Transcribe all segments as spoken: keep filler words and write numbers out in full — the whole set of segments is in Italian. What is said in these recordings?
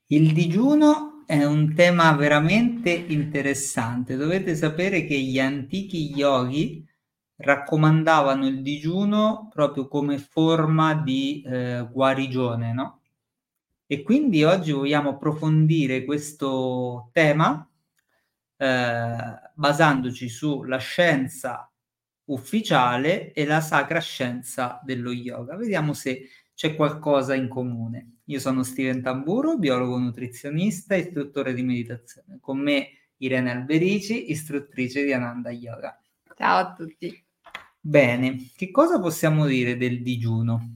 Il digiuno è un tema veramente interessante. Dovete sapere che gli antichi yogi raccomandavano il digiuno proprio come forma di eh, guarigione, no? E quindi oggi vogliamo approfondire questo tema eh, basandoci sulla scienza ufficiale e la sacra scienza dello yoga. Vediamo se c'è qualcosa in comune. Io sono Steven Tamburo, biologo nutrizionista e istruttore di meditazione. Con me Irene Alberici, istruttrice di Ananda Yoga. Ciao a tutti. Bene, che cosa possiamo dire del digiuno?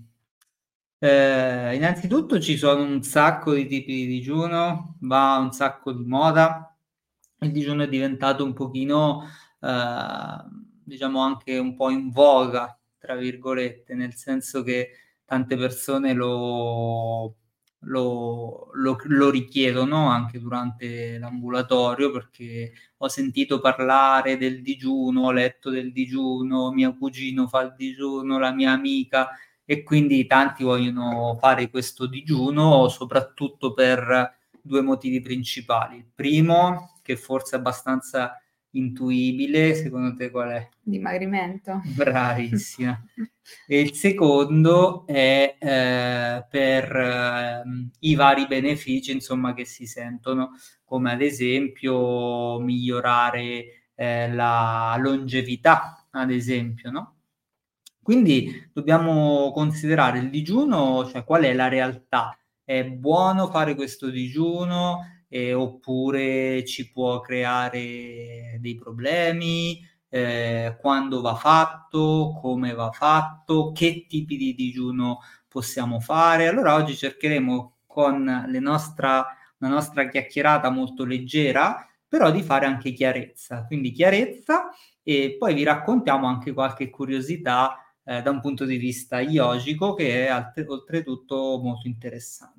Eh, innanzitutto ci sono un sacco di tipi di digiuno, va un sacco di moda. Il digiuno è diventato un pochino, eh, diciamo anche un po' in voga, tra virgolette, nel senso che tante persone lo, lo, lo, lo richiedono anche durante l'ambulatorio, perché ho sentito parlare del digiuno, ho letto del digiuno, mio cugino fa il digiuno, la mia amica, e quindi tanti vogliono fare questo digiuno soprattutto per due motivi principali. Il primo, che forse è abbastanza intuibile, secondo te qual è? Dimagrimento. Bravissima. E il secondo è eh, per eh, i vari benefici, insomma, che si sentono, come ad esempio migliorare eh, la longevità, ad esempio, no? Quindi dobbiamo considerare il digiuno, cioè qual è la realtà? È buono fare questo digiuno eh, oppure ci può creare dei problemi? Eh, quando va fatto? Come va fatto? Che tipi di digiuno possiamo fare? Allora oggi cercheremo con le nostra, la nostra chiacchierata molto leggera, però di fare anche chiarezza. Quindi chiarezza e poi vi raccontiamo anche qualche curiosità eh, da un punto di vista yogico che è alt- oltretutto molto interessante.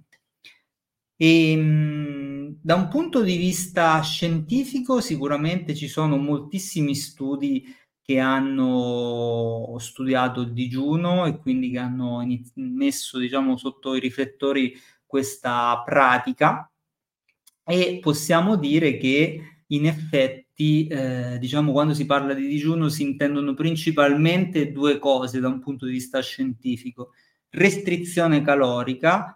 E, mh, da un punto di vista scientifico sicuramente ci sono moltissimi studi che hanno studiato il digiuno e quindi che hanno iniz- messo, diciamo, sotto i riflettori questa pratica e possiamo dire che in effetti, eh, diciamo, quando si parla di digiuno si intendono principalmente due cose da un punto di vista scientifico: restrizione calorica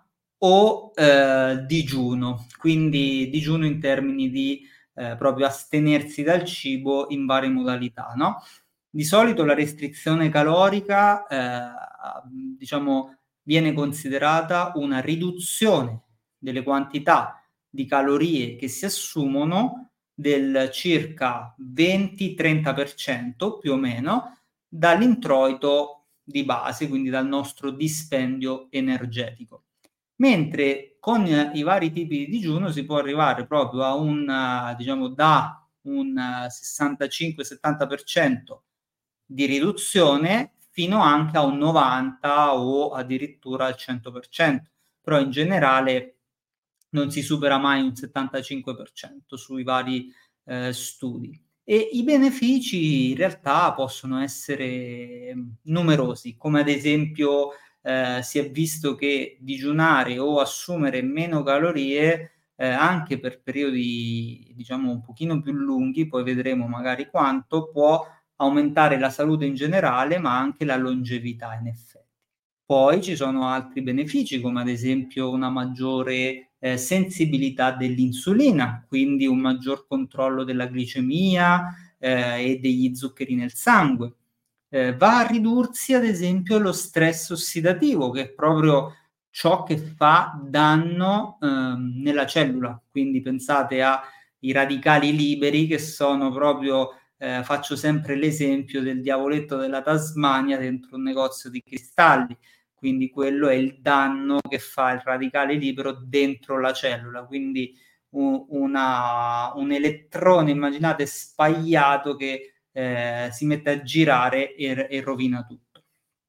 o eh, digiuno, quindi digiuno in termini di eh, proprio astenersi dal cibo in varie modalità, no? Di solito la restrizione calorica, eh, diciamo, viene considerata una riduzione delle quantità di calorie che si assumono del circa venti trenta per cento più o meno dall'introito di base, quindi dal nostro dispendio energetico. Mentre con i vari tipi di digiuno si può arrivare proprio a un, diciamo, da un sessantacinque settanta per cento di riduzione fino anche a un novanta o addirittura al cento per cento, però in generale non si supera mai un settantacinque per cento sui vari eh, studi. E i benefici in realtà possono essere numerosi, come ad esempio eh, si è visto che digiunare o assumere meno calorie eh, anche per periodi diciamo un pochino più lunghi, poi vedremo magari quanto, può aumentare la salute in generale, ma anche la longevità in effetti. Poi ci sono altri benefici, come ad esempio una maggiore eh, sensibilità dell'insulina, quindi un maggior controllo della glicemia eh, e degli zuccheri nel sangue. Eh, va a ridursi ad esempio lo stress ossidativo, che è proprio ciò che fa danno ehm, nella cellula. Quindi pensate ai radicali liberi, che sono proprio, eh, faccio sempre l'esempio del diavoletto della Tasmania dentro un negozio di cristalli. Quindi quello è il danno che fa il radicale libero dentro la cellula, quindi un, una, un elettrone, immaginate, spagliato che eh, si mette a girare e, e rovina tutto.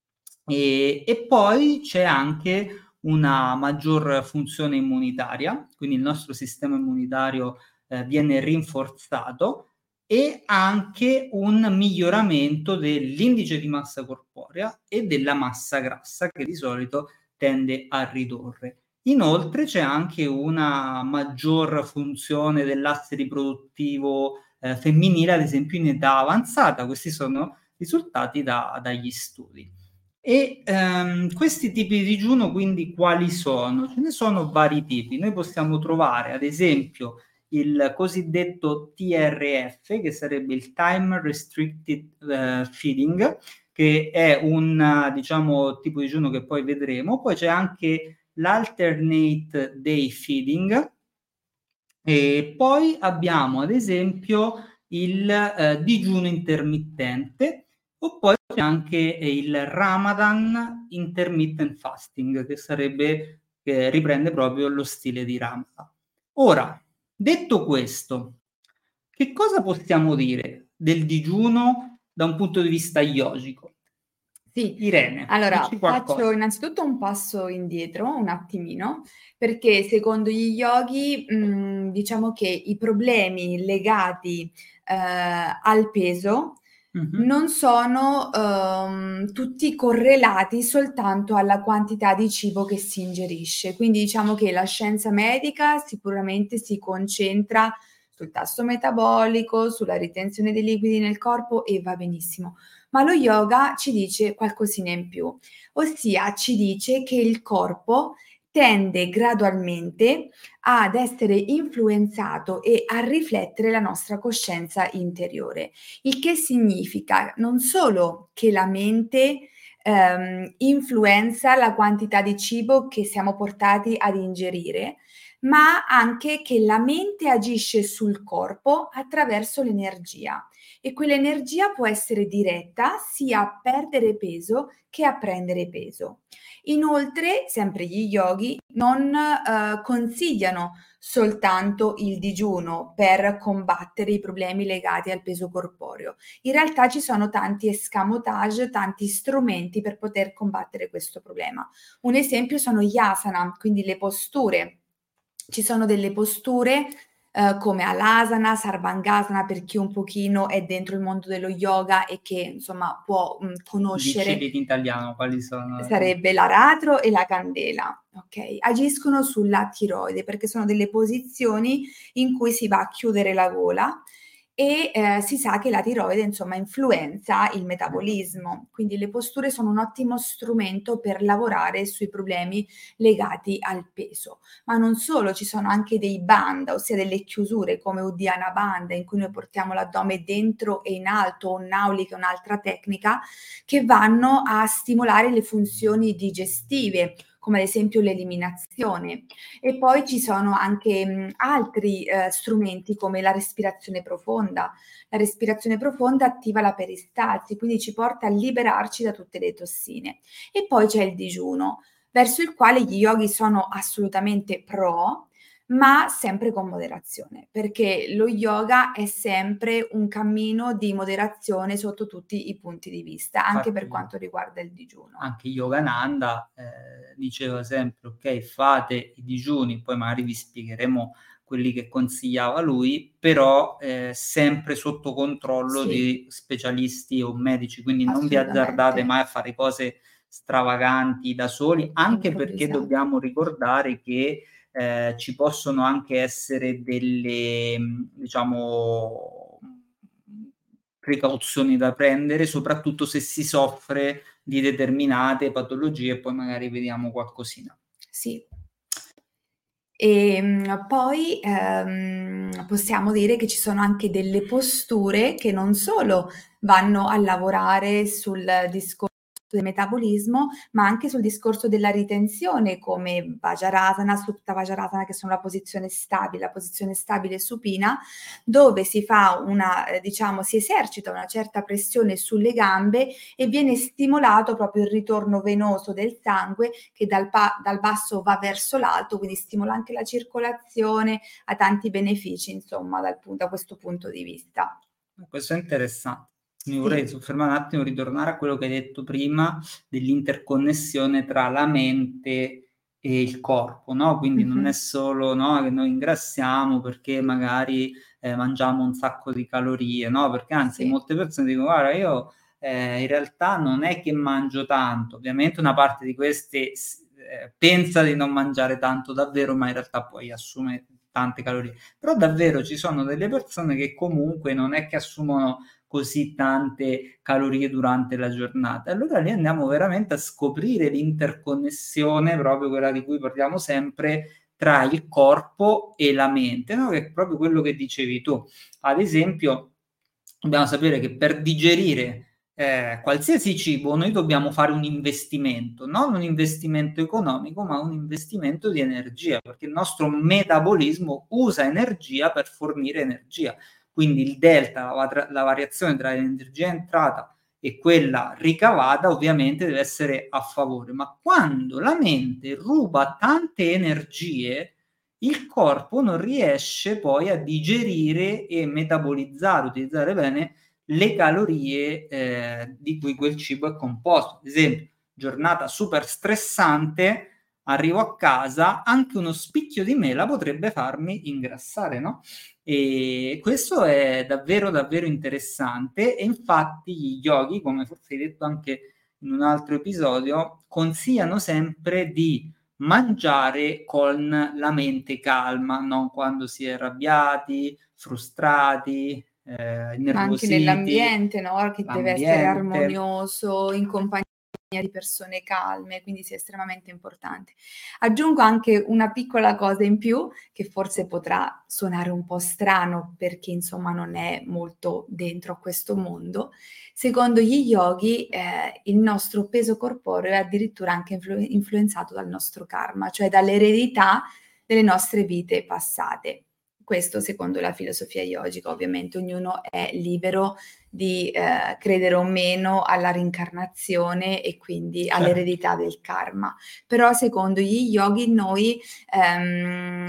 E, e poi c'è anche una maggior funzione immunitaria, quindi il nostro sistema immunitario eh, viene rinforzato e anche un miglioramento dell'indice di massa corporea e della massa grassa che di solito tende a ridurre. Inoltre c'è anche una maggior funzione dell'asse riproduttivo eh, femminile, ad esempio in età avanzata. Questi sono risultati da, dagli studi. E ehm, questi tipi di digiuno quindi quali sono? Ce ne sono vari tipi. Noi possiamo trovare ad esempio il cosiddetto T R F, che sarebbe il Time Restricted uh, Feeding, che è un diciamo tipo di digiuno che poi vedremo. Poi c'è anche l'Alternate Day Feeding, e poi abbiamo ad esempio il eh, digiuno intermittente, o poi c'è anche il Ramadan Intermittent Fasting, che sarebbe, che riprende proprio lo stile di Ramadan. Ora, detto questo, che cosa possiamo dire del digiuno da un punto di vista yogico? Sì, Irene, allora dici faccio qualcosa. innanzitutto un passo indietro, un attimino, perché secondo gli yogi, mh, diciamo che i problemi legati eh, al peso Mhm. non sono ehm, tutti correlati soltanto alla quantità di cibo che si ingerisce. Quindi diciamo che la scienza medica sicuramente si concentra sul tasso metabolico, sulla ritenzione dei liquidi nel corpo e va benissimo. Ma lo yoga ci dice qualcosina in più, ossia ci dice che il corpo tende gradualmente ad essere influenzato e a riflettere la nostra coscienza interiore, il che significa non solo che la mente ehm, influenza la quantità di cibo che siamo portati ad ingerire, ma anche che la mente agisce sul corpo attraverso l'energia e quell'energia può essere diretta sia a perdere peso che a prendere peso. Inoltre, sempre gli yogi non eh, consigliano soltanto il digiuno per combattere i problemi legati al peso corporeo. In realtà ci sono tanti escamotage, tanti strumenti per poter combattere questo problema. Un esempio sono gli asana, quindi le posture. Ci sono delle posture eh, come Alasana, Sarvangasana per chi un pochino è dentro il mondo dello yoga e che insomma può mh, conoscere. Diceli in italiano quali sono. Sarebbe l'aratro e la candela, ok? Agiscono sulla tiroide perché sono delle posizioni in cui si va a chiudere la gola e eh, si sa che la tiroide insomma influenza il metabolismo, quindi le posture sono un ottimo strumento per lavorare sui problemi legati al peso. Ma non solo, ci sono anche dei banda, ossia delle chiusure come Uddiyana Bandha in cui noi portiamo l'addome dentro e in alto, o Nauli che è un'altra tecnica che vanno a stimolare le funzioni digestive, come ad esempio l'eliminazione. E poi ci sono anche mh, altri eh, strumenti come la respirazione profonda. La respirazione profonda attiva la peristalsi, quindi ci porta a liberarci da tutte le tossine. E poi c'è il digiuno, verso il quale gli yogi sono assolutamente pro, ma sempre con moderazione, perché lo yoga è sempre un cammino di moderazione sotto tutti i punti di vista, anche per Infatti, quanto riguarda il digiuno. anche Yogananda eh, diceva sempre, ok, fate i digiuni, poi magari vi spiegheremo quelli che consigliava lui, però eh, sempre sotto controllo Sì, di specialisti o medici, quindi non vi azzardate assolutamente. mai a fare cose stravaganti da soli, anche perché Improvvisato. dobbiamo ricordare che eh, ci possono anche essere delle, mh, diciamo, precauzioni da prendere, soprattutto se si soffre di determinate patologie, e poi magari vediamo qualcosina. Sì. E poi ehm, possiamo dire che ci sono anche delle posture che non solo vanno a lavorare sul discorso del metabolismo, ma anche sul discorso della ritenzione, come Vajrasana, Supta Vajrasana, che sono la posizione stabile, la posizione stabile supina, dove si fa una, eh, diciamo, si esercita una certa pressione sulle gambe e viene stimolato proprio il ritorno venoso del sangue che dal, pa- dal basso va verso l'alto, quindi stimola anche la circolazione, ha tanti benefici, insomma, dal, da questo punto di vista. Questo è interessante. Mi vorrei Sì. soffermare un attimo, ritornare a quello che hai detto prima dell'interconnessione tra la mente e il corpo, no? Quindi non è Mm-hmm. solo, no, che noi ingrassiamo perché magari eh, mangiamo un sacco di calorie, no? Perché anzi Sì. molte persone dicono, guarda, io eh, in realtà non è che mangio tanto, ovviamente una parte di queste eh, pensa di non mangiare tanto davvero, ma in realtà poi assume tante calorie. Però davvero ci sono delle persone che comunque non è che assumono così tante calorie durante la giornata. Allora lì andiamo veramente a scoprire l'interconnessione, proprio quella di cui parliamo sempre, tra il corpo e la mente, no? Che è proprio quello che dicevi tu. Ad esempio, dobbiamo sapere che per digerire eh, qualsiasi cibo noi dobbiamo fare un investimento, non un investimento economico, ma un investimento di energia, perché il nostro metabolismo usa energia per fornire energia. Quindi il delta, la, la variazione tra l'energia entrata e quella ricavata, ovviamente deve essere a favore. Ma quando la mente ruba tante energie, il corpo non riesce poi a digerire e metabolizzare, utilizzare bene le calorie eh, di cui quel cibo è composto. Ad esempio, giornata super stressante, arrivo a casa, anche uno spicchio di mela potrebbe farmi ingrassare, no? E questo è davvero davvero interessante, e infatti gli yogi, come forse hai detto anche in un altro episodio, consigliano sempre di mangiare con la mente calma, non quando si è arrabbiati, frustrati, eh, Ma anche innervositi, nell'ambiente, no? Che deve essere l'ambiente. armonioso, in compagnia di persone calme, quindi sì, è estremamente importante. Aggiungo anche una piccola cosa in più, che forse potrà suonare un po' strano per chi insomma non è molto dentro a questo mondo. Secondo gli yogi, eh, il nostro peso corporeo è addirittura anche influ- influenzato dal nostro karma, cioè dall'eredità delle nostre vite passate. Questo secondo la filosofia yogica, ovviamente ognuno è libero di eh, credere o meno alla rincarnazione e quindi Certo. all'eredità del karma. Però secondo gli yogi noi ehm,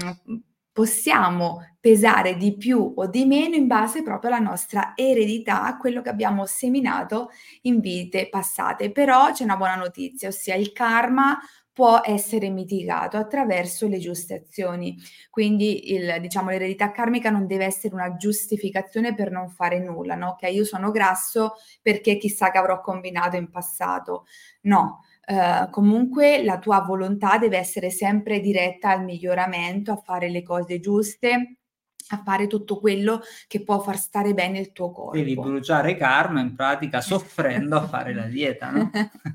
possiamo pesare di più o di meno in base proprio alla nostra eredità, a quello che abbiamo seminato in vite passate. Però c'è una buona notizia, ossia il karma può essere mitigato attraverso le giuste azioni. Quindi il, diciamo, l'eredità karmica non deve essere una giustificazione per non fare nulla, no? Che io sono grasso perché chissà che avrò combinato in passato. No, eh, comunque la tua volontà deve essere sempre diretta al miglioramento, a fare le cose giuste, a fare tutto quello che può far stare bene il tuo Devi corpo. bruciare karma in pratica soffrendo a fare la dieta, no?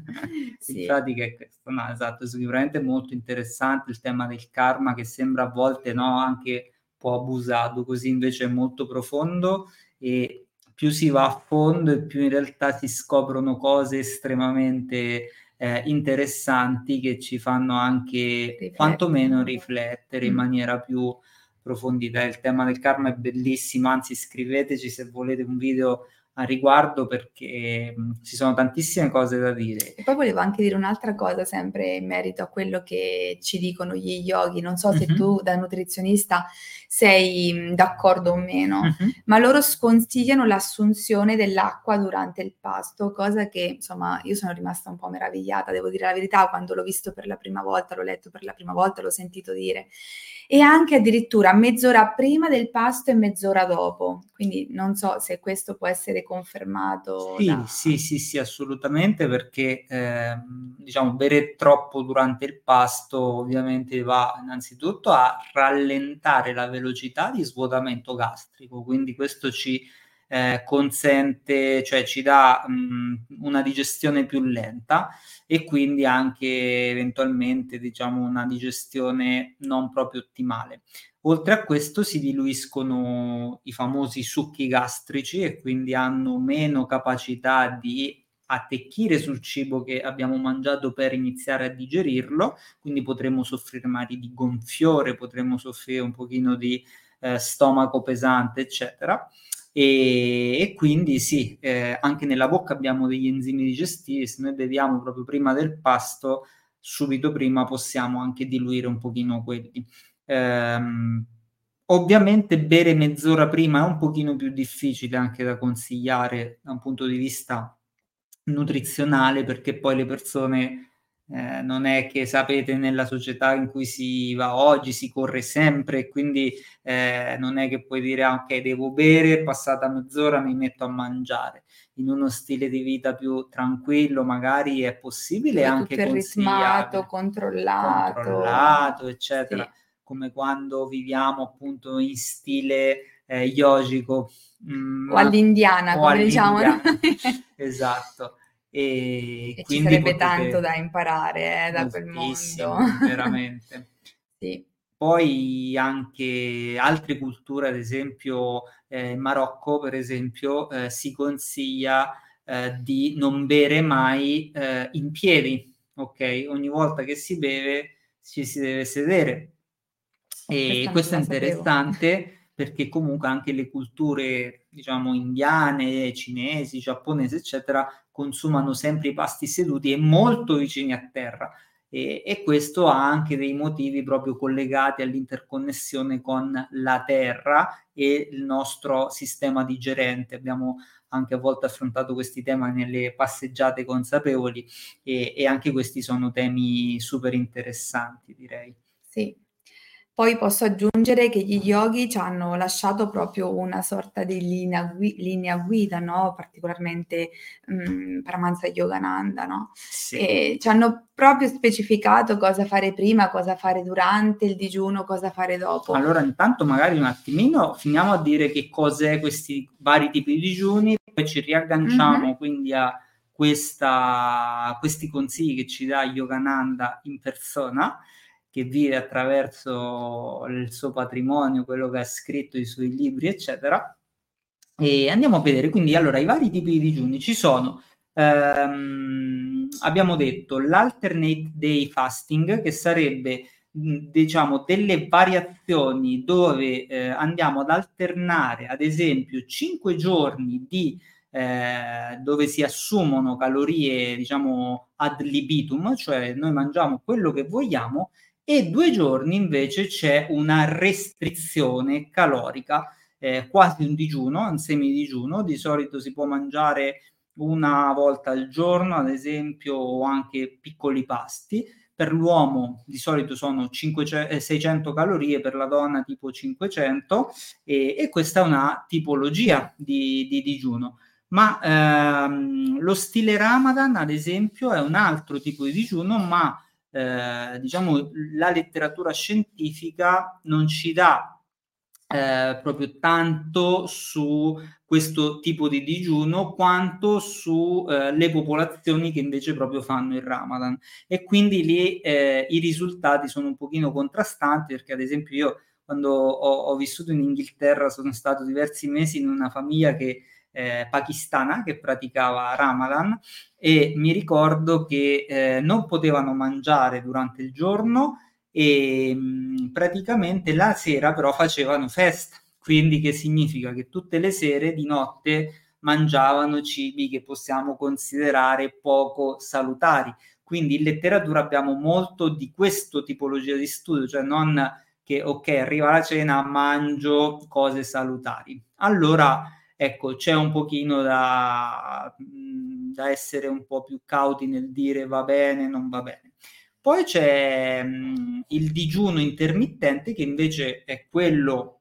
In Sì. pratica è questo, no, esatto, sicuramente è molto interessante il tema del karma, che sembra a volte, no, anche un po' abusato, così invece è molto profondo, e più si va a fondo e più in realtà si scoprono cose estremamente eh, interessanti, che ci fanno anche Riflettere. quantomeno riflettere in Mm. maniera più profondità. Il tema del karma è bellissimo, anzi scriveteci se volete un video a riguardo, perché mh, ci sono tantissime cose da dire. E poi volevo anche dire un'altra cosa, sempre in merito a quello che ci dicono gli yogi. Non so se Mhm. tu da nutrizionista sei mh, d'accordo o meno, Mhm. ma loro sconsigliano l'assunzione dell'acqua durante il pasto, cosa che insomma io sono rimasta un po' meravigliata, devo dire la verità, quando l'ho visto per la prima volta, l'ho letto per la prima volta, l'ho sentito dire. E anche addirittura mezz'ora prima del pasto e mezz'ora dopo. Quindi non so se questo può essere confermato Sì, da... sì, sì, sì, assolutamente, perché ehm, diciamo bere troppo durante il pasto ovviamente va innanzitutto a rallentare la velocità di svuotamento gastrico, quindi questo ci eh, consente, cioè ci dà mh, una digestione più lenta, e quindi anche eventualmente diciamo una digestione non proprio ottimale. Oltre a questo si diluiscono i famosi succhi gastrici, e quindi hanno meno capacità di attecchire sul cibo che abbiamo mangiato per iniziare a digerirlo, quindi potremmo soffrire magari di gonfiore, potremmo soffrire un pochino di eh, stomaco pesante, eccetera. E, e quindi sì, eh, anche nella bocca abbiamo degli enzimi digestivi. Se noi beviamo proprio prima del pasto, subito prima possiamo anche diluire un pochino quelli. Ehm, ovviamente bere mezz'ora prima è un pochino più difficile anche da consigliare da un punto di vista nutrizionale, perché poi le persone Eh, non è che sapete nella società in cui si va oggi si corre sempre, quindi eh, non è che puoi dire ah, ok, devo bere, passata mezz'ora mi metto a mangiare. In uno stile di vita più tranquillo magari è possibile e Dove anche tutto è ritmato, consigliabile, controllato. controllato, eccetera, Sì. come quando viviamo appunto in stile eh, yogico, mm, O ma, all'indiana, o come diciamo noi. all'indiana. Esatto. E E ci quindi sarebbe tanto potete da imparare, eh, da quel mondo. moltissimo, veramente. Sì. Poi anche altre culture, ad esempio eh, in Marocco, per esempio, eh, si consiglia eh, di non bere mai eh, in piedi, ok? Ogni volta che si beve ci si deve sedere. E Questa non questo è la sapevo. interessante perché comunque anche le culture, diciamo, indiane, cinesi, giapponesi, eccetera, consumano sempre i pasti seduti e molto vicini a terra. E, e questo ha anche dei motivi proprio collegati all'interconnessione con la terra e il nostro sistema digerente. Abbiamo anche a volte affrontato questi temi nelle passeggiate consapevoli e, e anche questi sono temi super interessanti, direi. Sì. Poi posso aggiungere che gli yogi ci hanno lasciato proprio una sorta di linea, gui- linea guida, no? Particolarmente mh, Paramahansa Yogananda, no? Sì. E ci hanno proprio specificato cosa fare prima, cosa fare durante il digiuno, cosa fare dopo. Allora, intanto magari un attimino finiamo a dire che cos'è questi vari tipi di digiuni, poi ci riagganciamo Mhm. quindi a questa, questi consigli che ci dà Yogananda in persona, che vive attraverso il suo patrimonio, quello che ha scritto, i suoi libri, eccetera. E andiamo a vedere, quindi allora i vari tipi di digiuni ci sono. Ehm, abbiamo detto l'alternate day fasting, che sarebbe mh, diciamo delle variazioni dove eh, andiamo ad alternare ad esempio cinque giorni di eh, dove si assumono calorie diciamo ad libitum, cioè noi mangiamo quello che vogliamo, e due giorni invece c'è una restrizione calorica, eh, quasi un digiuno, un semidigiuno. Di solito si può mangiare una volta al giorno, ad esempio, o anche piccoli pasti. Per l'uomo di solito sono cinquecento, eh, seicento calorie, per la donna tipo cinquecento, e, e questa è una tipologia di, di digiuno. Ma ehm, lo stile Ramadan, ad esempio, è un altro tipo di digiuno, ma eh, diciamo la letteratura scientifica non ci dà eh, proprio tanto su questo tipo di digiuno quanto su eh, le popolazioni che invece proprio fanno il Ramadan, e quindi lì eh, i risultati sono un pochino contrastanti, perché ad esempio io quando ho, ho vissuto in Inghilterra sono stato diversi mesi in una famiglia che eh, pakistana che praticava Ramadan, e mi ricordo che eh, non potevano mangiare durante il giorno e mh, praticamente la sera però facevano festa, quindi che significa che tutte le sere di notte mangiavano cibi che possiamo considerare poco salutari. Quindi in letteratura abbiamo molto di questo tipologia di studio, cioè non che ok, arriva la cena, mangio cose salutari. Allora, ecco, c'è un pochino da, da essere un po' più cauti nel dire va bene, non va bene. Poi c'è mh, il digiuno intermittente, che invece è quello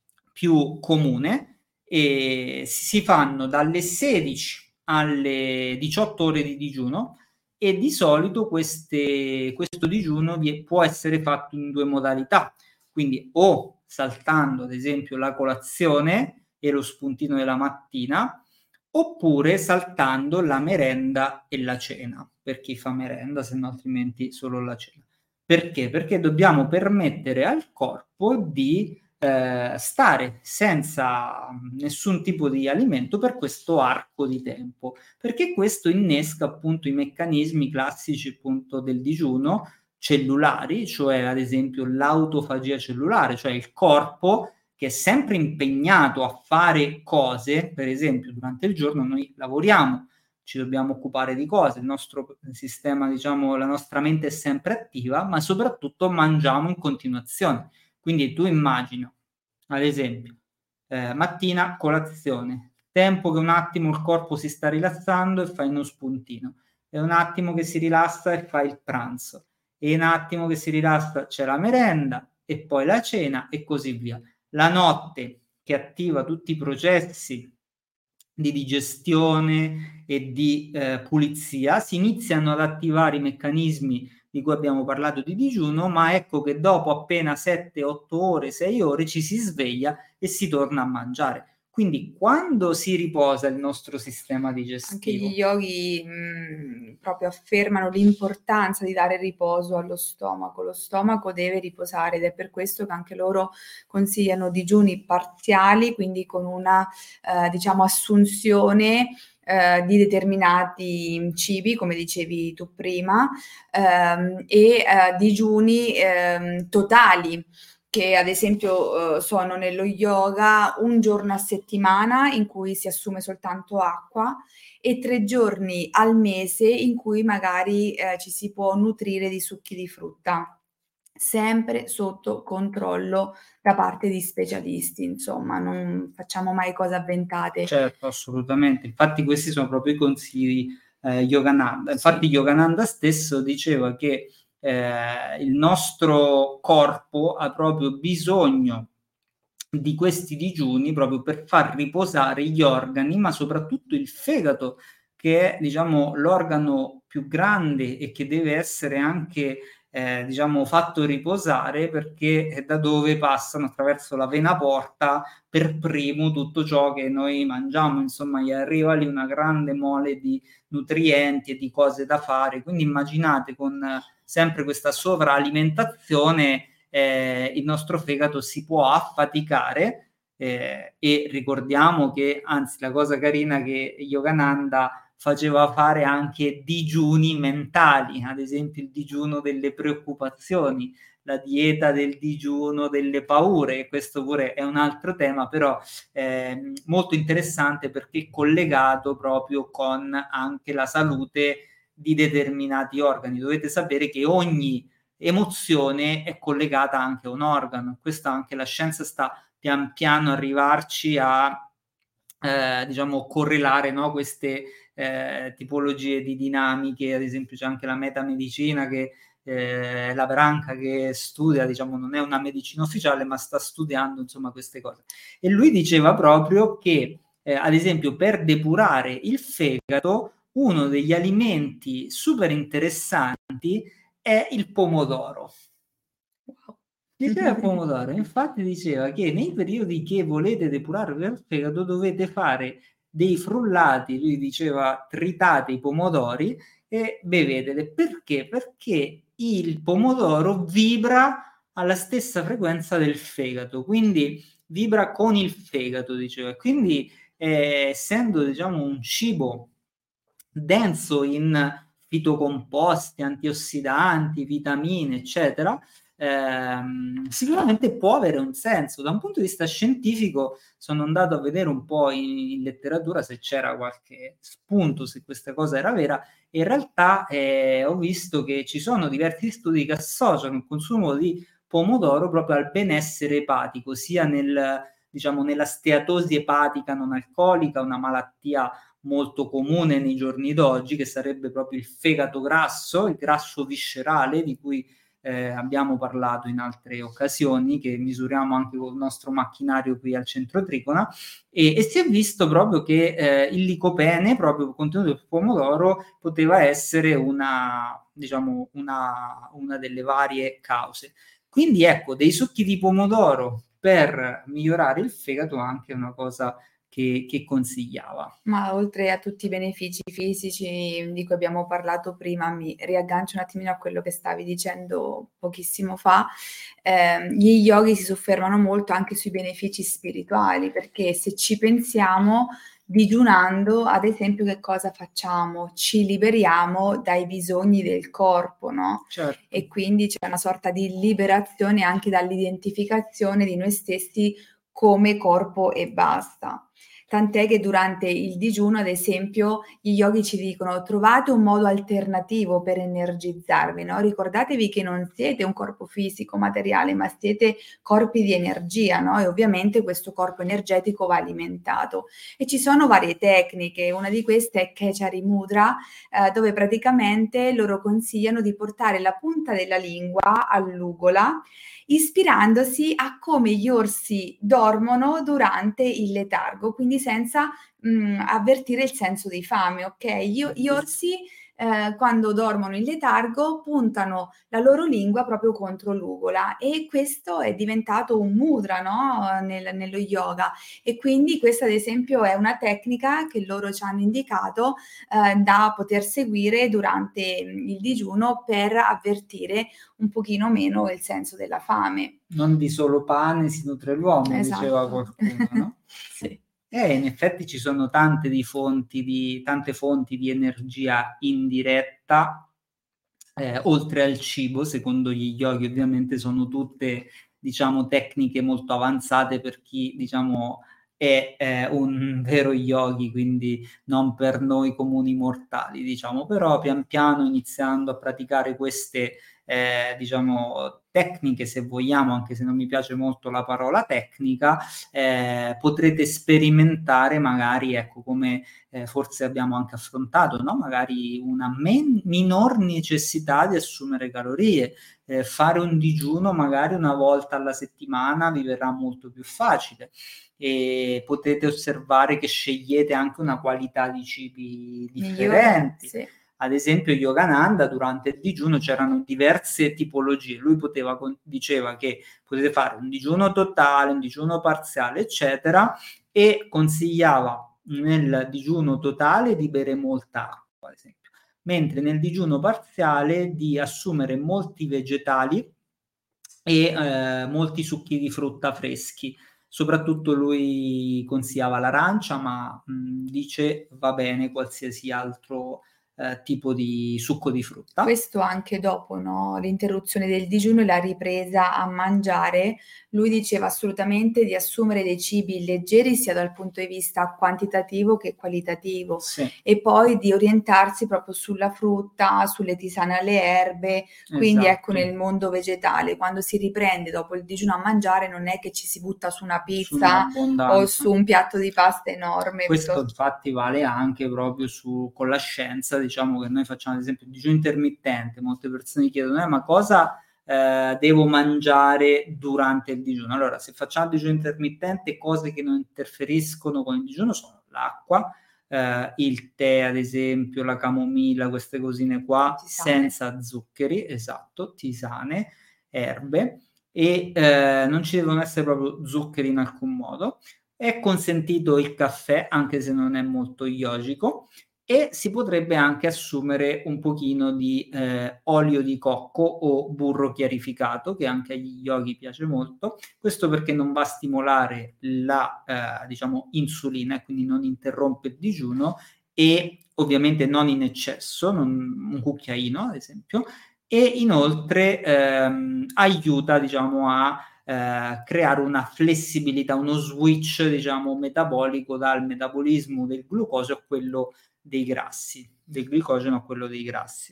più comune, e si fanno dalle sedici alle diciotto ore di digiuno, e di solito queste, questo digiuno vi- può essere fatto in due modalità, quindi o saltando ad esempio la colazione e lo spuntino della mattina, oppure saltando la merenda e la cena, per chi fa merenda, se no altrimenti solo la cena. Perché? Perché dobbiamo permettere al corpo di eh, stare senza nessun tipo di alimento per questo arco di tempo, perché questo innesca appunto i meccanismi classici appunto del digiuno cellulari, cioè ad esempio l'autofagia cellulare, cioè il corpo che è sempre impegnato a fare cose. Per esempio durante il giorno noi lavoriamo, ci dobbiamo occupare di cose, il nostro sistema, diciamo, la nostra mente è sempre attiva, ma soprattutto mangiamo in continuazione. Quindi tu immagina, ad esempio, eh, mattina colazione, tempo che un attimo il corpo si sta rilassando e fai uno spuntino. e un attimo che si rilassa e fa il pranzo, e un attimo che si rilassa c'è la merenda e poi la cena e così via. La notte che attiva tutti i processi di digestione e di eh, pulizia, si iniziano ad attivare i meccanismi di cui abbiamo parlato di digiuno, ma ecco che dopo appena sette otto ore, sei ore ci si sveglia e si torna a mangiare. Quindi quando si riposa il nostro sistema digestivo? Anche gli yogi mh, proprio affermano l'importanza di dare riposo allo stomaco. Lo stomaco deve riposare ed è per questo che anche loro consigliano digiuni parziali, quindi con una eh, diciamo assunzione eh, di determinati cibi, come dicevi tu prima, ehm, e eh, digiuni ehm, totali, che ad esempio eh, sono nello yoga un giorno a settimana in cui si assume soltanto acqua e tre giorni al mese in cui magari eh, ci si può nutrire di succhi di frutta, sempre sotto controllo da parte di specialisti, insomma, non facciamo mai cose avventate. Certo, assolutamente. Infatti questi sono proprio i consigli di eh, Yogananda. Infatti Sì. Yogananda stesso diceva che eh, il nostro corpo ha proprio bisogno di questi digiuni proprio per far riposare gli organi, ma soprattutto il fegato, che è, diciamo, l'organo più grande e che deve essere anche eh, diciamo, fatto riposare, perché è da dove passano attraverso la vena porta per primo tutto ciò che noi mangiamo, insomma, gli arriva lì una grande mole di nutrienti e di cose da fare. Quindi immaginate, con eh, sempre questa sovralimentazione eh, il nostro fegato si può affaticare, eh, e ricordiamo che, anzi, la cosa carina che Yogananda faceva fare anche digiuni mentali, ad esempio il digiuno delle preoccupazioni, la dieta del digiuno delle paure. Questo pure è un altro tema, però eh, molto interessante, perché è collegato proprio con anche la salute di determinati organi. Dovete sapere che ogni emozione è collegata anche a un organo. Questa anche la scienza sta pian piano arrivarci a eh, diciamo correlare, no, queste eh, tipologie di dinamiche. Ad esempio c'è anche la metamedicina, che eh, la branca che studia, diciamo, non è una medicina ufficiale, ma sta studiando, insomma, queste cose. E lui diceva proprio che eh, ad esempio per depurare il fegato uno degli alimenti super interessanti è il pomodoro. Wow. Diceva il pomodoro, infatti diceva che nei periodi che volete depurare il fegato dovete fare dei frullati, lui diceva tritate i pomodori e bevetele. Perché? Perché il pomodoro vibra alla stessa frequenza del fegato, quindi vibra con il fegato, diceva. Quindi eh, essendo, diciamo, un cibo denso in fitocomposti, antiossidanti, vitamine, eccetera, ehm, sicuramente può avere un senso. Da un punto di vista scientifico sono andato a vedere un po' in, in letteratura se c'era qualche spunto, se questa cosa era vera, e in realtà eh, ho visto che ci sono diversi studi che associano il consumo di pomodoro proprio al benessere epatico, sia nel, diciamo, nella steatosi epatica non alcolica, una malattia molto comune nei giorni d'oggi, che sarebbe proprio il fegato grasso, il grasso viscerale, di cui eh, abbiamo parlato in altre occasioni, che misuriamo anche con il nostro macchinario qui al centro Tricona, e, e si è visto proprio che eh, il licopene, proprio contenuto del pomodoro, poteva essere una, diciamo, una, una delle varie cause. Quindi ecco, dei succhi di pomodoro per migliorare il fegato è anche una cosa che, che consigliava. Ma oltre a tutti i benefici fisici di cui abbiamo parlato prima, mi riaggancio un attimino a quello che stavi dicendo pochissimo fa. Eh, gli yogi si soffermano molto anche sui benefici spirituali, perché se ci pensiamo, digiunando, ad esempio, che cosa facciamo? Ci liberiamo dai bisogni del corpo, no? Certo. E quindi c'è una sorta di liberazione anche dall'identificazione di noi stessi come corpo e basta. Tant'è che durante il digiuno, ad esempio, gli yogi ci dicono: "Trovate un modo alternativo per energizzarvi", no, ricordatevi che non siete un corpo fisico, materiale, ma siete corpi di energia, no, e ovviamente questo corpo energetico va alimentato. E ci sono varie tecniche, una di queste è Khechari Mudra, ehm, dove praticamente loro consigliano di portare la punta della lingua all'ugola, ispirandosi a come gli orsi dormono durante il letargo, quindi senza, mhmm, avvertire il senso di fame, okay? Gli o gli orsi, ehm, quando dormono in letargo puntano la loro lingua proprio contro l'ugola e questo è diventato un mudra, no, nel nello yoga e quindi questa ad esempio è una tecnica che loro ci hanno indicato, ehm, da poter seguire durante, mhmm, il digiuno per avvertire un pochino meno il senso della fame. Non di solo pane si nutre l'uomo, diceva Esatto. qualcuno, no? Sì. Eh, in effetti ci sono tante di fonti di tante fonti di energia indiretta, ehm, oltre al cibo, secondo gli yogi ovviamente sono tutte, diciamo, tecniche molto avanzate per chi, diciamo, è, ehm, un vero yogi, quindi non per noi comuni mortali, diciamo. Però pian piano iniziando a praticare queste, ehm, diciamo, tecniche, se vogliamo, anche se non mi piace molto la parola tecnica, ehm, potrete sperimentare magari, ecco, come, ehm, forse abbiamo anche affrontato, no, magari una men minor necessità di assumere calorie. Ehm, fare un digiuno magari una volta alla settimana vi verrà molto più facile e potete osservare che scegliete anche una qualità di cibi Migliore, differenti. sì. Ad esempio Yogananda durante il digiuno c'erano diverse tipologie. Lui poteva con diceva che potete fare un digiuno totale, un digiuno parziale, eccetera, e consigliava nel digiuno totale di bere molta acqua, ad esempio, mentre nel digiuno parziale di assumere molti vegetali e, ehm, molti succhi di frutta freschi. Soprattutto lui consigliava l'arancia, ma, mhmm, dice va bene qualsiasi altro, ehm, tipo di succo di frutta. Questo anche dopo, no, l'interruzione del digiuno e la ripresa a mangiare, lui diceva assolutamente di assumere dei cibi leggeri sia dal punto di vista quantitativo che qualitativo Sì, e poi di orientarsi proprio sulla frutta, sulle tisane alle erbe, quindi ecco esatto. nel mondo vegetale. Quando si riprende dopo il digiuno a mangiare non è che ci si butta su una Su pizza o un'abbondanza. su un piatto di pasta enorme Questo piuttosto infatti vale anche proprio su con la scienza, diciamo che noi facciamo ad esempio il digiuno intermittente, molte persone chiedono: "Eh, ma cosa, ehm, devo mangiare durante il digiuno?" Allora, se facciamo il digiuno intermittente, cose che non interferiscono con il digiuno sono l'acqua, ehm, il tè ad esempio, la camomilla, queste cosine qua, tisane. senza zuccheri, esatto, tisane, erbe e, ehm, non ci devono essere proprio zuccheri in alcun modo. È consentito il caffè, anche se non è molto yogico, e si potrebbe anche assumere un pochino di, ehm, olio di cocco o burro chiarificato, che anche agli yogi piace molto. Questo perché non va a stimolare la, ehm, diciamo insulina e quindi non interrompe il digiuno e ovviamente non in eccesso, non un cucchiaino ad esempio, e inoltre, ehm, aiuta diciamo a ehm, creare una flessibilità, uno switch diciamo metabolico dal metabolismo del glucosio a quello dei grassi, del glicogeno a quello dei grassi.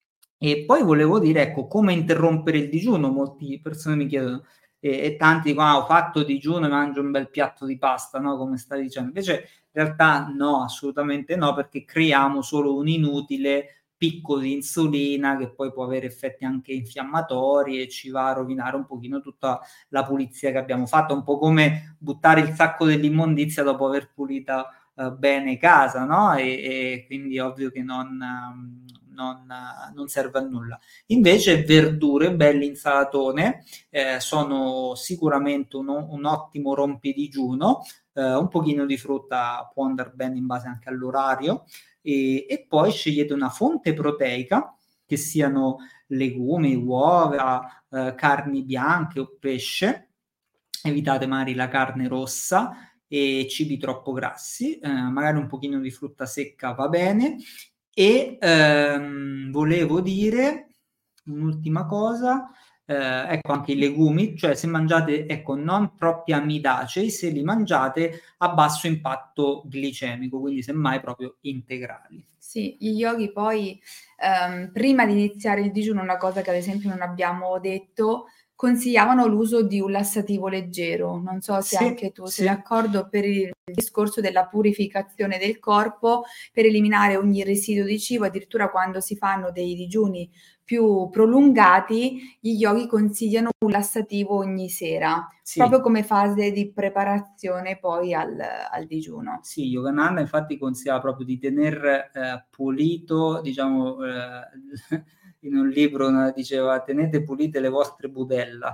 E poi volevo dire, ecco, come interrompere il digiuno, molti persone mi chiedono e e tanti dicono: "Ah, ho fatto digiuno e mangio un bel piatto di pasta", no, come stai dicendo. Invece in realtà no, assolutamente no, perché creiamo solo un inutile picco di insulina che poi può avere effetti anche infiammatori e ci va a rovinare un pochino tutta la pulizia che abbiamo fatto, un po' come buttare il sacco dell'immondizia dopo aver pulita, uhm, bene casa, no, e e quindi è ovvio che non mhmm, non non serve a nulla. Invece verdure, bell'insalatone, ehm, sono sicuramente un o un ottimo rompidigiuno, ehm, un pochino di frutta può andar bene in base anche all'orario, e e poi scegliete una fonte proteica, che siano legumi, uova, ehm, carni bianche o pesce, evitate magari la carne rossa e cibi troppo grassi, ehm, magari un pochino di frutta secca va bene e, ehm, volevo dire un'ultima cosa, eh, ecco anche i legumi, cioè se mangiate, ecco, non troppi amidacei, se li mangiate a basso impatto glicemico, quindi semmai proprio integrali. Sì, gli yoghi poi, ehm, prima di iniziare il digiuno, una cosa che ad esempio non abbiamo detto, consigliavano l'uso di un lassativo leggero. Non so se Sì, anche tu sei sì. d'accordo per il discorso della purificazione del corpo, per eliminare ogni residuo di cibo, addirittura quando si fanno dei digiuni più prolungati, gli yoghi consigliano un lassativo ogni sera, Sì. proprio come fase di preparazione poi al, al digiuno. Sì, Yogananda infatti consigliava proprio di tener eh, pulito, diciamo, eh, in un libro diceva tenete pulite le vostre budella,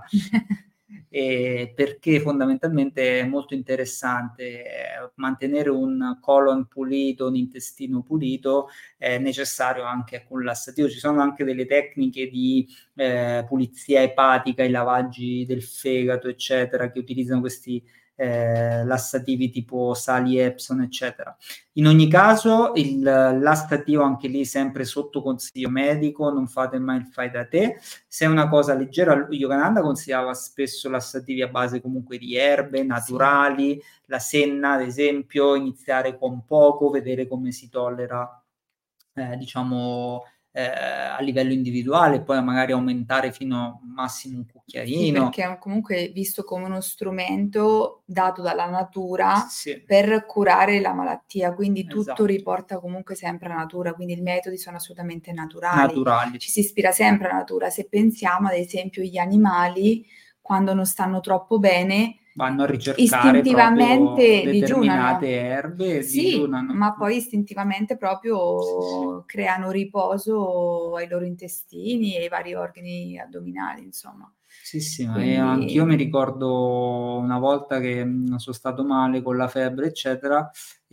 e perché fondamentalmente è molto interessante eh, mantenere un colon pulito, un intestino pulito, è necessario anche con lassativo. Ci sono anche delle tecniche di eh, pulizia epatica, i lavaggi del fegato, eccetera, che utilizzano questi Eh, lassativi tipo sali Epsom, eccetera. In ogni caso, il lassativo anche lì sempre sotto consiglio medico, non fate mai il fai da te. Se è una cosa leggera, Yogananda consigliava spesso lassativi a base comunque di erbe naturali, sì. La senna, ad esempio, iniziare con poco, vedere come si tollera, eh, diciamo, Eh, a livello individuale, poi magari aumentare fino a massimo un cucchiaino. Sì, perché è comunque visto come uno strumento dato dalla natura sì. per curare la malattia, quindi tutto esatto. riporta comunque sempre alla natura, quindi i metodi sono assolutamente naturali. naturali. Ci si ispira sempre alla natura. Se pensiamo ad esempio gli animali, quando non stanno troppo bene, vanno a ricercare istintivamente determinate digiunano. erbe e Sì, digiunano. ma poi istintivamente proprio creano riposo ai loro intestini e ai vari organi addominali, insomma. Sì, sì, ma Quindi... anch'io mi ricordo una volta che mh, sono stato male con la febbre, eccetera,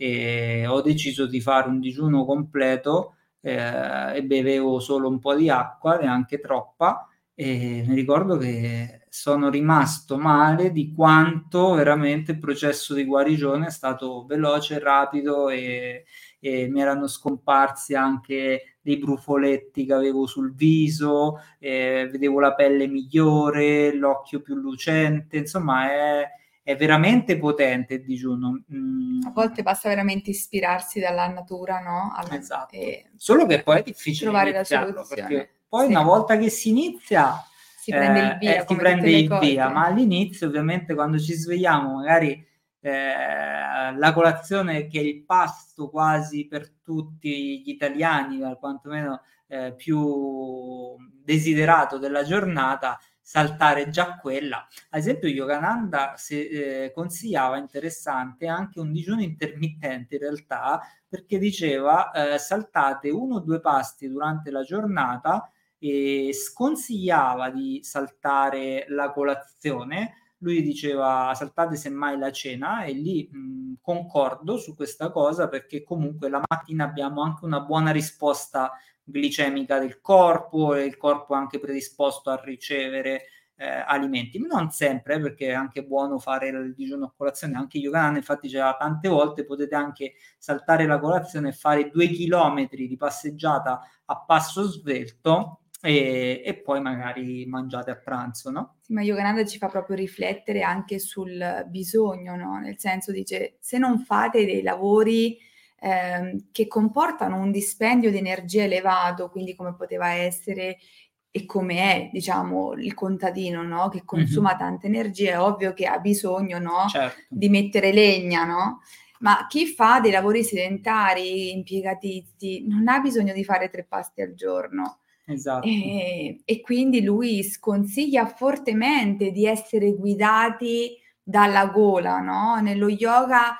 e ho deciso di fare un digiuno completo eh, e bevevo solo un po' di acqua, neanche troppa, e mi ricordo che sono rimasto male di quanto veramente il processo di guarigione è stato veloce, rapido e, e mi erano scomparsi anche dei brufoletti che avevo sul viso, eh, vedevo la pelle migliore, l'occhio più lucente, insomma è, è veramente potente il digiuno. Mm. A volte basta veramente ispirarsi dalla natura, no? Alla, esatto. e Solo che poi è difficile trovare la iniziarlo, soluzione. perché poi Sì. una volta che si inizia si prende il eh, via, eh, si come tutte prende le il cose. via, ma all'inizio ovviamente quando ci svegliamo magari eh, la colazione che è il pasto quasi per tutti gli italiani, quantomeno eh, più desiderato della giornata, saltare già quella. Ad esempio Yogananda se, eh, consigliava, interessante, anche un digiuno intermittente in realtà, perché diceva eh, saltate uno o due pasti durante la giornata e sconsigliava di saltare la colazione. Lui diceva saltate semmai la cena, e lì mh, concordo su questa cosa, perché comunque la mattina abbiamo anche una buona risposta glicemica del corpo e il corpo è anche predisposto a ricevere eh, alimenti. Non sempre, perché è anche buono fare il digiuno a colazione. Anche Yogananda infatti diceva tante volte potete anche saltare la colazione e fare due chilometri di passeggiata a passo svelto e, e poi magari mangiate a pranzo, no? Sì, ma Yogananda ci fa proprio riflettere anche sul bisogno, no? Nel senso dice, se non fate dei lavori ehm, che comportano un dispendio di energia elevato, quindi come poteva essere e come è, diciamo, il contadino, no? Che consuma mm-hmm. tanta energia, è ovvio che ha bisogno, no? Certo. Di mettere legna, no? Ma chi fa dei lavori sedentari, impiegatizi, non ha bisogno di fare tre pasti al giorno. Esatto. E, e quindi lui sconsiglia fortemente di essere guidati dalla gola, no? Nello yoga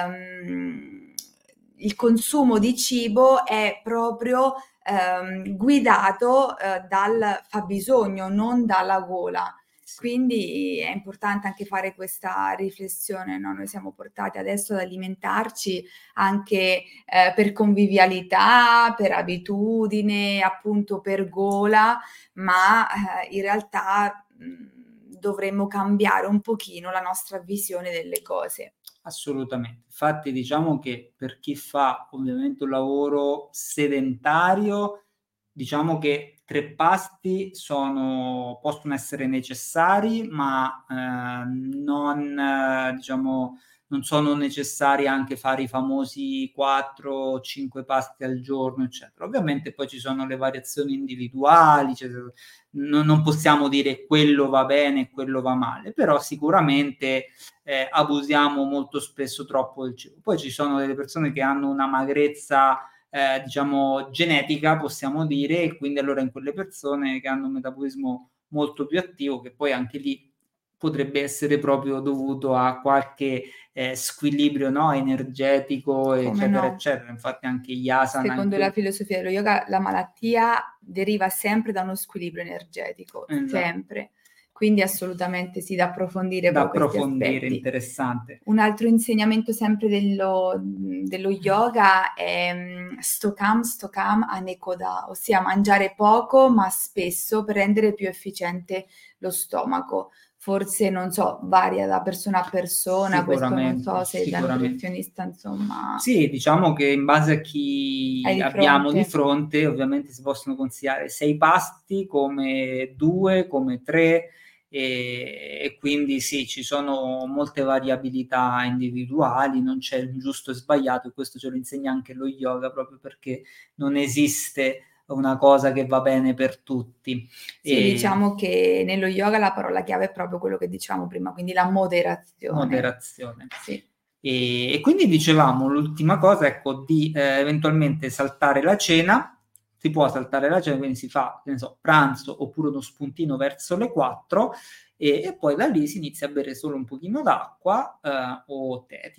um, il consumo di cibo è proprio um, guidato uh, dal fabbisogno, non dalla gola. Quindi è importante anche fare questa riflessione, no? Noi siamo portati adesso ad alimentarci anche eh, per convivialità, per abitudine, appunto per gola, ma eh, in realtà mh, dovremmo cambiare un pochino la nostra visione delle cose. Assolutamente. Infatti diciamo che per chi fa ovviamente un lavoro sedentario, diciamo che tre pasti sono possono essere necessari, ma, ehm, non eh, diciamo, non sono necessari anche fare i famosi quattro o cinque pasti al giorno, eccetera. Ovviamente poi ci sono le variazioni individuali, cioè no non possiamo dire quello va bene e quello va male, però sicuramente, ehm, abusiamo molto spesso troppo del cibo. Poi ci sono delle persone che hanno una magrezza, ehm, diciamo genetica, possiamo dire, e quindi allora in quelle persone che hanno un metabolismo molto più attivo, che poi anche lì potrebbe essere proprio dovuto a qualche, ehm, squilibrio, no, energetico, Come eccetera, no. eccetera. Infatti anche gli asana in Secondo la quel filosofia dello yoga, la malattia deriva sempre da uno squilibrio energetico, esa sempre. Quindi assolutamente sì, da approfondire da poi questi approfondire, aspetti. interessante. Un altro insegnamento sempre dello mhmm, dello yoga è, mhmm, Stokam Stokam Anekoda, ossia mangiare poco ma spesso per rendere più efficiente lo stomaco. Forse, non so, varia da persona a persona, questo non Sicuramente, so se da sicuramente. nutrizionista insomma Sì, diciamo che in base a hai chi di abbiamo di fronte. fronte, ovviamente si possono considerare sei pasti come due, come tre, ehm, e quindi sì, ci sono molte variabilità individuali, non c'è un giusto e sbagliato, e questo ce lo insegna anche lo yoga, proprio perché non esiste una cosa che va bene per tutti. Sì, Ehm diciamo che nello yoga la parola chiave è proprio quello che dicevamo prima, quindi la moderazione. Moderazione. Sì. E e quindi dicevamo l'ultima cosa, ecco, di, ehm, eventualmente saltare la cena. Si può saltare la cena, quindi si fa, che ne so, pranzo oppure uno spuntino verso le quattro, e e poi da lì si inizia a bere solo un pochino d'acqua, ehm, o tè,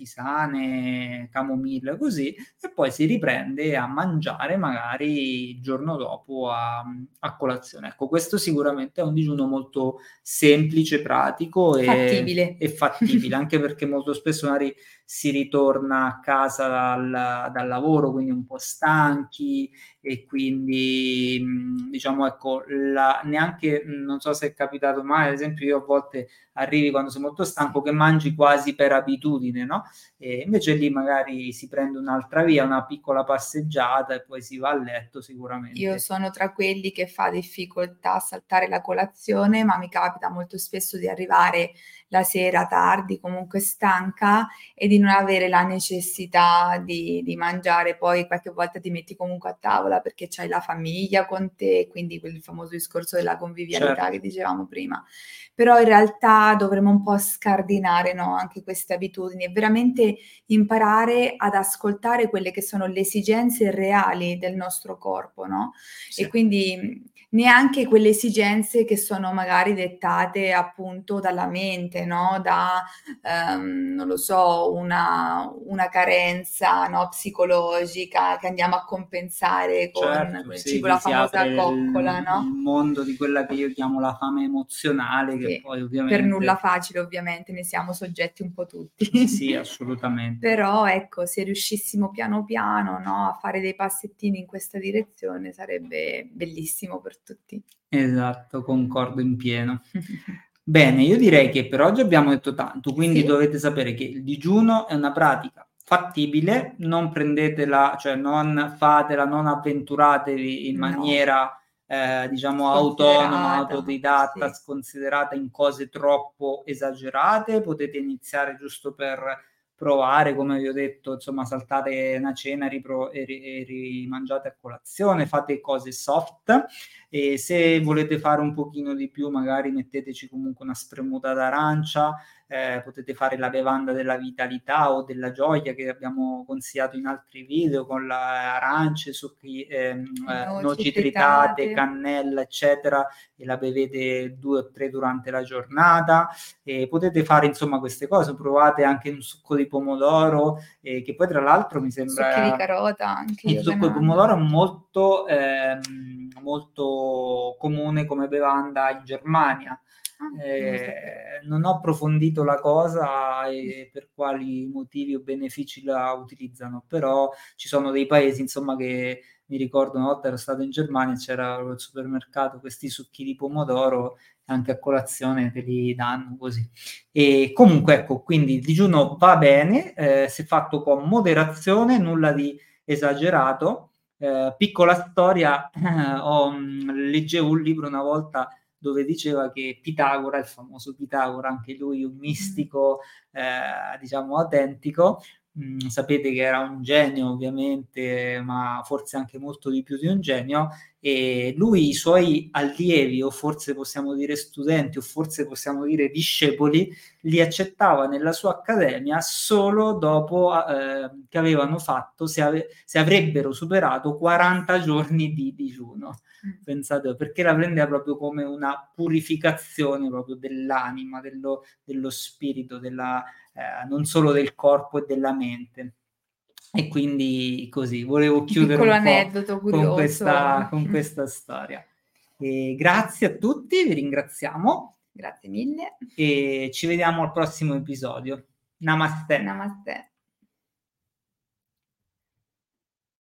tisane, camomilla, così, e poi si riprende a mangiare magari il giorno dopo a mhmm, a colazione. Ecco, questo sicuramente è un digiuno molto semplice, pratico e Fattibile. e fattibile, anche perché molto spesso magari si ritorna a casa dal dal lavoro, quindi un po' stanchi, e quindi, mhmm, diciamo ecco, la neanche mhmm, non so se è capitato mai, ad esempio io a volte arrivi quando sei molto stanco Sì. che mangi quasi per abitudine, no, e invece lì magari si prende un'altra via, una piccola passeggiata e poi si va a letto Io sicuramente. sono tra quelli che fa difficoltà a saltare la colazione, ma mi capita molto spesso di arrivare la sera tardi, comunque stanca, e di non avere la necessità di di mangiare. Poi qualche volta ti metti comunque a tavola perché c'hai la famiglia con te, quindi quel famoso discorso della convivialità Certo, che dicevamo prima. Però in realtà dovremmo un po' scardinare, no, anche queste abitudini e veramente imparare ad ascoltare quelle che sono le esigenze reali del nostro corpo, no, sì. e quindi, mhmm, neanche quelle esigenze che sono magari dettate appunto dalla mente, no, da, ehm, non lo so, una una carenza, no, psicologica che andiamo a compensare con Certo, con il sì, cibo, lì la si famosa apre il coccola, il no? mondo di quella che io chiamo la fame emozionale, che Che poi per nulla ovviamente facile ovviamente, ne siamo soggetti un po' tutti. sì, assolutamente. Però ecco, se riuscissimo piano piano, no, a fare dei passettini in questa direzione sarebbe bellissimo per tutti. Esatto, concordo in pieno. Bene, io direi che per oggi abbiamo detto tanto, quindi Sì? dovete sapere che il digiuno è una pratica fattibile, non prendetela, cioè non fatela, non avventuratevi in No, maniera, ehm, diciamo autonoma, sconsiderata, autodidatta, sì. sconsiderata in cose troppo esagerate. Potete iniziare giusto per provare, come vi ho detto, insomma, saltate una cena ripro e ri e rimangiate a colazione, fate cose soft. E se volete fare un pochino di più, magari metteteci comunque una spremuta d'arancia, ehm, potete fare la bevanda della vitalità o della gioia che abbiamo consigliato in altri video, con la arance, succhi ehm, Le ehm, noci noci tritate, tritate. cannella, eccetera, e la bevete due o tre durante la giornata. E potete fare insomma queste cose, provate anche un succo di pomodoro, ehm, che poi tra l'altro mi Succhi di sembra carota anche il succo di yogananda. pomodoro è molto, ehm, molto comune come bevanda in Germania. Ah, non lo sapevo. Ehm, non ho approfondito la cosa e per quali motivi o benefici la utilizzano, però ci sono dei paesi, insomma, che mi ricordo una volta ero stato in Germania, c'era al supermercato questi succhi di pomodoro, anche a colazione te li danno così. E comunque ecco, quindi il digiuno va bene, ehm, se fatto con moderazione, nulla di esagerato, Eh, piccola storia, ho, leggevo un libro una volta dove diceva che Pitagora, il famoso Pitagora, anche lui un mistico, eh, diciamo, autentico, mh, sapete che era un genio ovviamente, ma forse anche molto di più di un genio, e lui i suoi allievi, o forse possiamo dire studenti, o forse possiamo dire discepoli, li accettava nella sua accademia solo dopo eh, che avevano fatto, se, ave- se avrebbero superato quaranta giorni di digiuno. Pensate, perché la prendeva proprio come una purificazione proprio dell'anima, dello, dello spirito, della, eh, non solo del corpo e della mente. E quindi così, volevo Un chiudere piccolo un po' aneddoto con curioso. questa, con questa storia. E grazie a tutti, vi ringraziamo. Grazie mille. E ci vediamo al prossimo episodio. Namaste. Namaste.